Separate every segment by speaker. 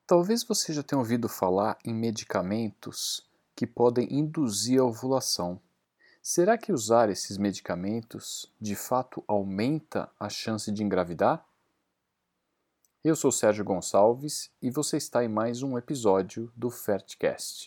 Speaker 1: Talvez você já tenha ouvido falar em medicamentos que podem induzir a ovulação. Será que usar esses medicamentos de fato aumenta a chance de engravidar? Eu sou Sérgio Gonçalves e você está em mais um episódio do Fertcast.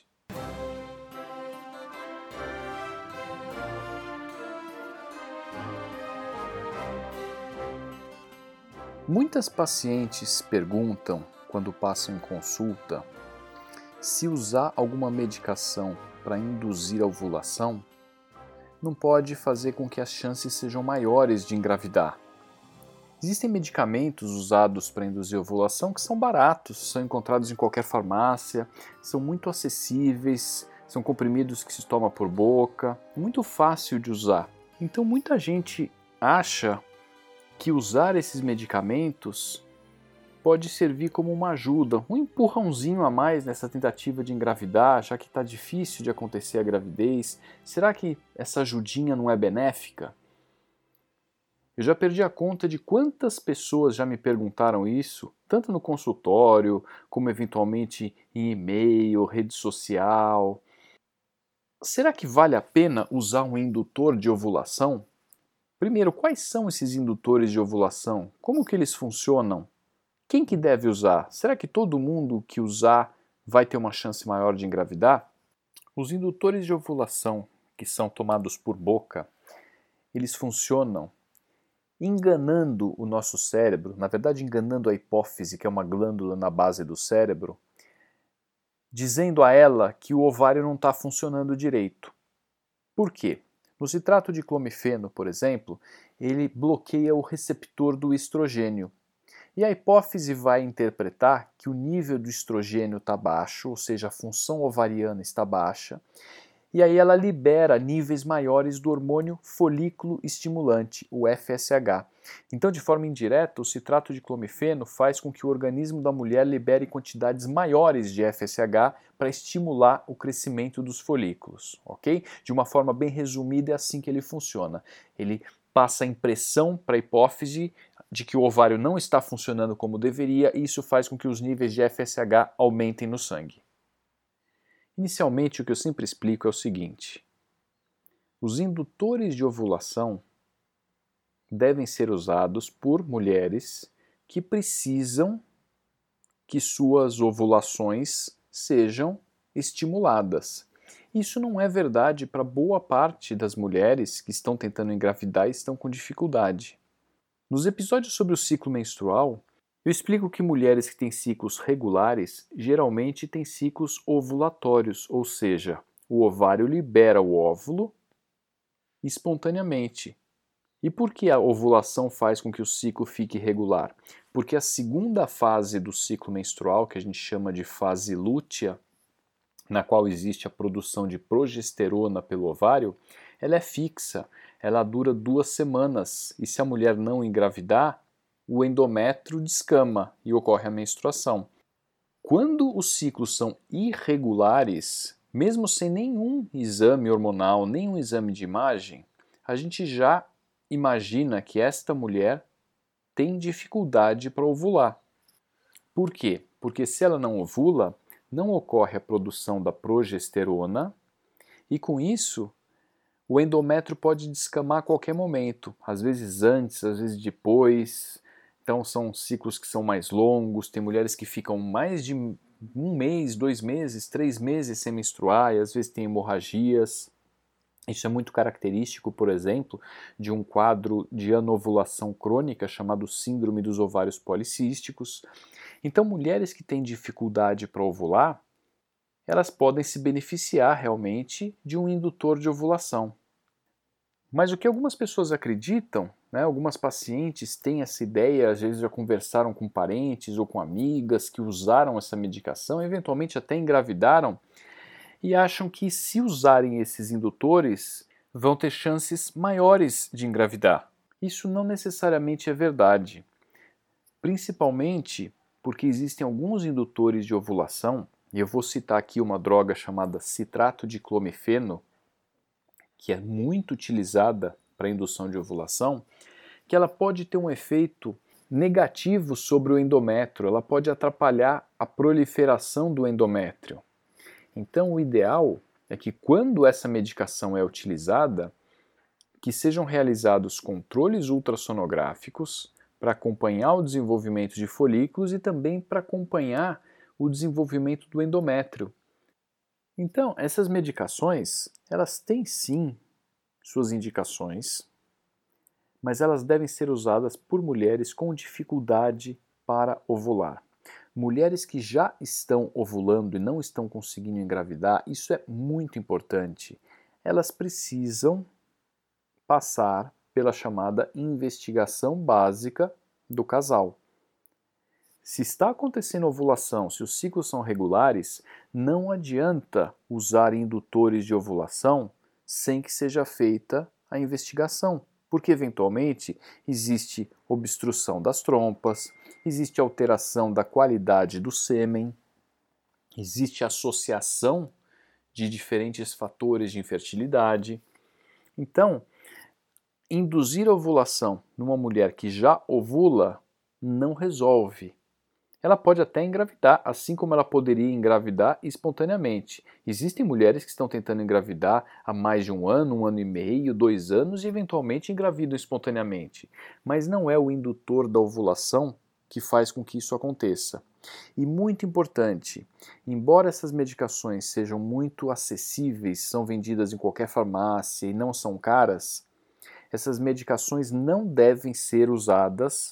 Speaker 1: Muitas pacientes perguntam, quando passam em consulta, se usar alguma medicação para induzir a ovulação não pode fazer com que as chances sejam maiores de engravidar. Existem medicamentos usados para induzir a ovulação que são baratos, são encontrados em qualquer farmácia, são muito acessíveis, são comprimidos que se toma por boca, muito fácil de usar. Então muita gente acha que usar esses medicamentos pode servir como uma ajuda, um empurrãozinho a mais nessa tentativa de engravidar, já que está difícil de acontecer a gravidez. Será que essa ajudinha não é benéfica? Eu já perdi a conta de quantas pessoas já me perguntaram isso, tanto no consultório, como eventualmente em e-mail, rede social. Será que vale a pena usar um indutor de ovulação? Primeiro, quais são esses indutores de ovulação? Como que eles funcionam? Quem que deve usar? Será que todo mundo que usar vai ter uma chance maior de engravidar? Os indutores de ovulação, que são tomados por boca, eles funcionam enganando o nosso cérebro, na verdade enganando a hipófise, que é uma glândula na base do cérebro, dizendo a ela que o ovário não está funcionando direito. Por quê? No citrato de clomifeno, por exemplo, ele bloqueia o receptor do estrogênio. E a hipófise vai interpretar que o nível do estrogênio está baixo, ou seja, a função ovariana está baixa, e aí ela libera níveis maiores do hormônio folículo estimulante, o FSH. Então, de forma indireta, o citrato de clomifeno faz com que o organismo da mulher libere quantidades maiores de FSH para estimular o crescimento dos folículos, ok? De uma forma bem resumida, é assim que ele funciona. Ele passa a impressão para a hipófise de que o ovário não está funcionando como deveria, e isso faz com que os níveis de FSH aumentem no sangue. Inicialmente, o que eu sempre explico é o seguinte: os indutores de ovulação devem ser usados por mulheres que precisam que suas ovulações sejam estimuladas. Isso não é verdade para boa parte das mulheres que estão tentando engravidar e estão com dificuldade. Nos episódios sobre o ciclo menstrual, eu explico que mulheres que têm ciclos regulares geralmente têm ciclos ovulatórios, ou seja, o ovário libera o óvulo espontaneamente. E por que a ovulação faz com que o ciclo fique regular? Porque a segunda fase do ciclo menstrual, que a gente chama de fase lútea, na qual existe a produção de progesterona pelo ovário, ela é fixa, ela dura 2 semanas, e se a mulher não engravidar, o endométrio descama e ocorre a menstruação. Quando os ciclos são irregulares, mesmo sem nenhum exame hormonal, nenhum exame de imagem, a gente já imagina que esta mulher tem dificuldade para ovular. Por quê? Porque se ela não ovula, não ocorre a produção da progesterona e com isso o endométrio pode descamar a qualquer momento, às vezes antes, às vezes depois. Então são ciclos que são mais longos, tem mulheres que ficam mais de 1 mês, 2 meses, 3 meses sem menstruar e às vezes tem hemorragias. Isso é muito característico, por exemplo, de um quadro de anovulação crônica chamado síndrome dos ovários policísticos. Então, mulheres que têm dificuldade para ovular, elas podem se beneficiar realmente de um indutor de ovulação. Mas o que algumas pessoas acreditam, né, algumas pacientes têm essa ideia, às vezes já conversaram com parentes ou com amigas que usaram essa medicação, eventualmente até engravidaram, e acham que se usarem esses indutores vão ter chances maiores de engravidar. Isso não necessariamente é verdade, principalmente porque existem alguns indutores de ovulação, e eu vou citar aqui uma droga chamada citrato de clomifeno, que é muito utilizada para indução de ovulação, que ela pode ter um efeito negativos sobre o endométrio, ela pode atrapalhar a proliferação do endométrio. Então, o ideal é que quando essa medicação é utilizada, que sejam realizados controles ultrassonográficos para acompanhar o desenvolvimento de folículos e também para acompanhar o desenvolvimento do endométrio. Então, essas medicações, elas têm sim suas indicações, mas elas devem ser usadas por mulheres com dificuldade para ovular. Mulheres que já estão ovulando e não estão conseguindo engravidar, isso é muito importante. Elas precisam passar pela chamada investigação básica do casal. Se está acontecendo ovulação, se os ciclos são regulares, não adianta usar indutores de ovulação sem que seja feita a investigação, porque eventualmente existe obstrução das trompas, existe alteração da qualidade do sêmen, existe associação de diferentes fatores de infertilidade. Então, induzir a ovulação numa mulher que já ovula não resolve. Ela pode até engravidar, assim como ela poderia engravidar espontaneamente. Existem mulheres que estão tentando engravidar há mais de um ano e meio, 2 anos e eventualmente engravidam espontaneamente. Mas não é o indutor da ovulação que faz com que isso aconteça. E muito importante, embora essas medicações sejam muito acessíveis, são vendidas em qualquer farmácia e não são caras, essas medicações não devem ser usadas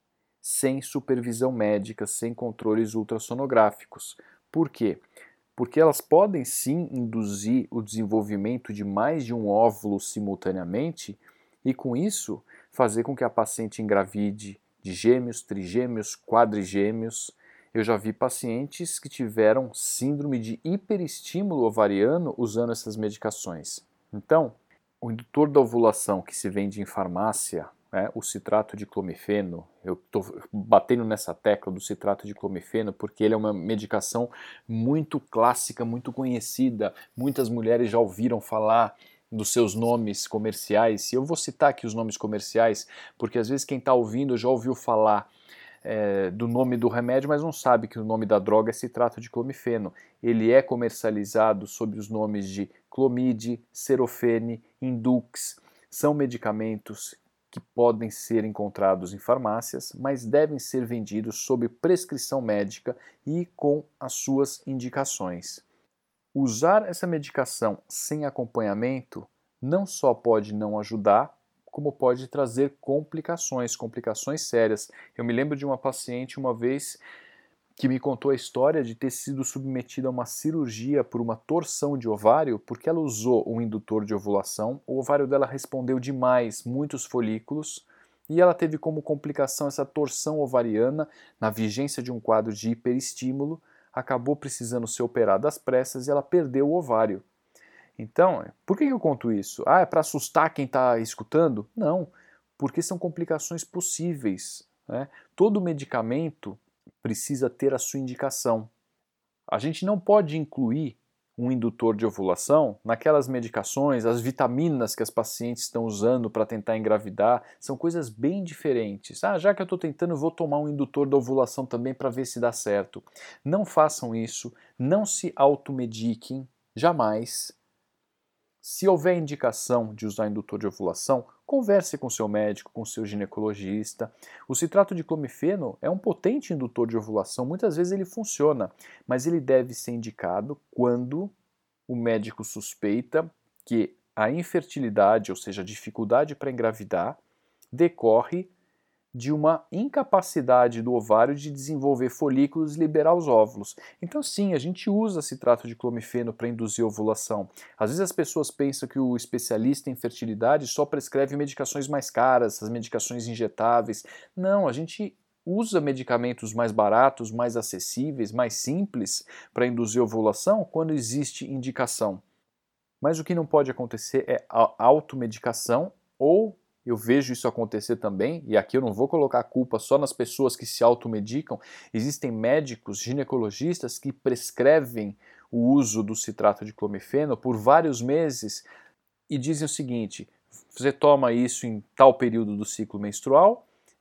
Speaker 1: sem supervisão médica, sem controles ultrassonográficos. Por quê? Porque elas podem sim induzir o desenvolvimento de mais de um óvulo simultaneamente e com isso fazer com que a paciente engravide de gêmeos, trigêmeos, quadrigêmeos. Eu já vi pacientes que tiveram síndrome de hiperestímulo ovariano usando essas medicações. Então, o indutor da ovulação que se vende em farmácia, o citrato de clomifeno, eu estou batendo nessa tecla do citrato de clomifeno porque ele é uma medicação muito clássica, muito conhecida. Muitas mulheres já ouviram falar dos seus nomes comerciais. E eu vou citar aqui os nomes comerciais porque às vezes quem está ouvindo já ouviu falar do nome do remédio, mas não sabe que o nome da droga é citrato de clomifeno. Ele é comercializado sob os nomes de Clomid, Serofene, Indux. São medicamentos que podem ser encontrados em farmácias, mas devem ser vendidos sob prescrição médica e com as suas indicações. Usar essa medicação sem acompanhamento não só pode não ajudar, como pode trazer complicações sérias. Eu me lembro de uma paciente uma vez que me contou a história de ter sido submetida a uma cirurgia por uma torção de ovário porque ela usou um indutor de ovulação, o ovário dela respondeu demais, muitos folículos, e ela teve como complicação essa torção ovariana na vigência de um quadro de hiperestímulo, acabou precisando ser operada às pressas e ela perdeu o ovário. Então, por que eu conto isso? É para assustar quem está escutando? Não, porque são complicações possíveis. Todo medicamento precisa ter a sua indicação. A gente não pode incluir um indutor de ovulação naquelas medicações, as vitaminas que as pacientes estão usando para tentar engravidar, são coisas bem diferentes. Já que eu estou tentando, eu vou tomar um indutor da ovulação também para ver se dá certo. Não façam isso, não se automediquem, jamais. Se houver indicação de usar indutor de ovulação, converse com seu médico, com seu ginecologista. O citrato de clomifeno é um potente indutor de ovulação, muitas vezes ele funciona, mas ele deve ser indicado quando o médico suspeita que a infertilidade, ou seja, a dificuldade para engravidar, decorre de uma incapacidade do ovário de desenvolver folículos e liberar os óvulos. Então sim, a gente usa citrato de clomifeno para induzir a ovulação. Às vezes as pessoas pensam que o especialista em fertilidade só prescreve medicações mais caras, as medicações injetáveis. Não, a gente usa medicamentos mais baratos, mais acessíveis, mais simples para induzir a ovulação quando existe indicação. Mas o que não pode acontecer é a automedicação ou eu vejo isso acontecer também, e aqui eu não vou colocar a culpa só nas pessoas que se automedicam, existem médicos, ginecologistas que prescrevem o uso do citrato de clomifeno por vários meses e dizem o seguinte: você toma isso em tal período do ciclo menstrual,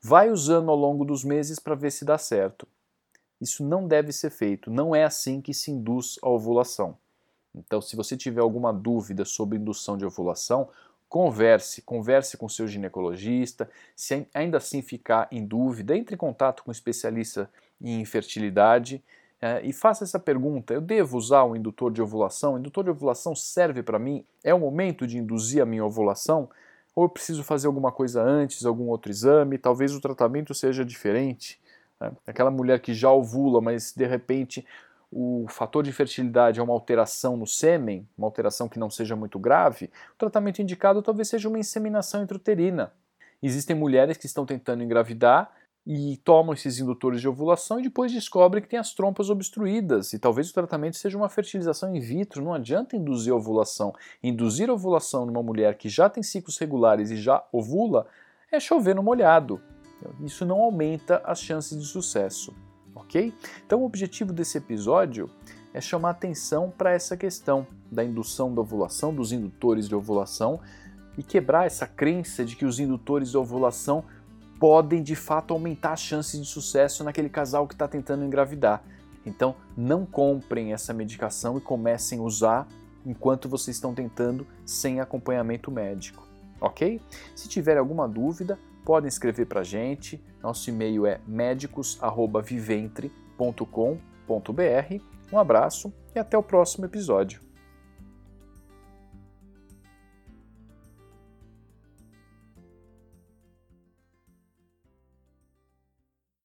Speaker 1: vai usando ao longo dos meses para ver se dá certo. Isso não deve ser feito, não é assim que se induz a ovulação. Então, se você tiver alguma dúvida sobre indução de ovulação, converse com seu ginecologista. Se ainda assim ficar em dúvida, entre em contato com um especialista em infertilidade e faça essa pergunta: eu devo usar um indutor de ovulação? O indutor de ovulação serve para mim? É o momento de induzir a minha ovulação? Ou eu preciso fazer alguma coisa antes, algum outro exame? Talvez o tratamento seja diferente. Aquela mulher que já ovula, mas de repente o fator de fertilidade é uma alteração no sêmen, uma alteração que não seja muito grave, o tratamento indicado talvez seja uma inseminação intrauterina. Existem mulheres que estão tentando engravidar e tomam esses indutores de ovulação e depois descobrem que tem as trompas obstruídas e talvez o tratamento seja uma fertilização in vitro. Não adianta induzir a ovulação. Induzir a ovulação numa mulher que já tem ciclos regulares e já ovula é chover no molhado. Isso não aumenta as chances de sucesso. Ok? Então o objetivo desse episódio é chamar atenção para essa questão da indução da ovulação, dos indutores de ovulação e quebrar essa crença de que os indutores de ovulação podem de fato aumentar as chances de sucesso naquele casal que está tentando engravidar. Então não comprem essa medicação e comecem a usar enquanto vocês estão tentando sem acompanhamento médico. Ok? Se tiver alguma dúvida, podem escrever para a gente. Nosso e-mail é medicos@viventre.com.br. Um abraço e até o próximo episódio.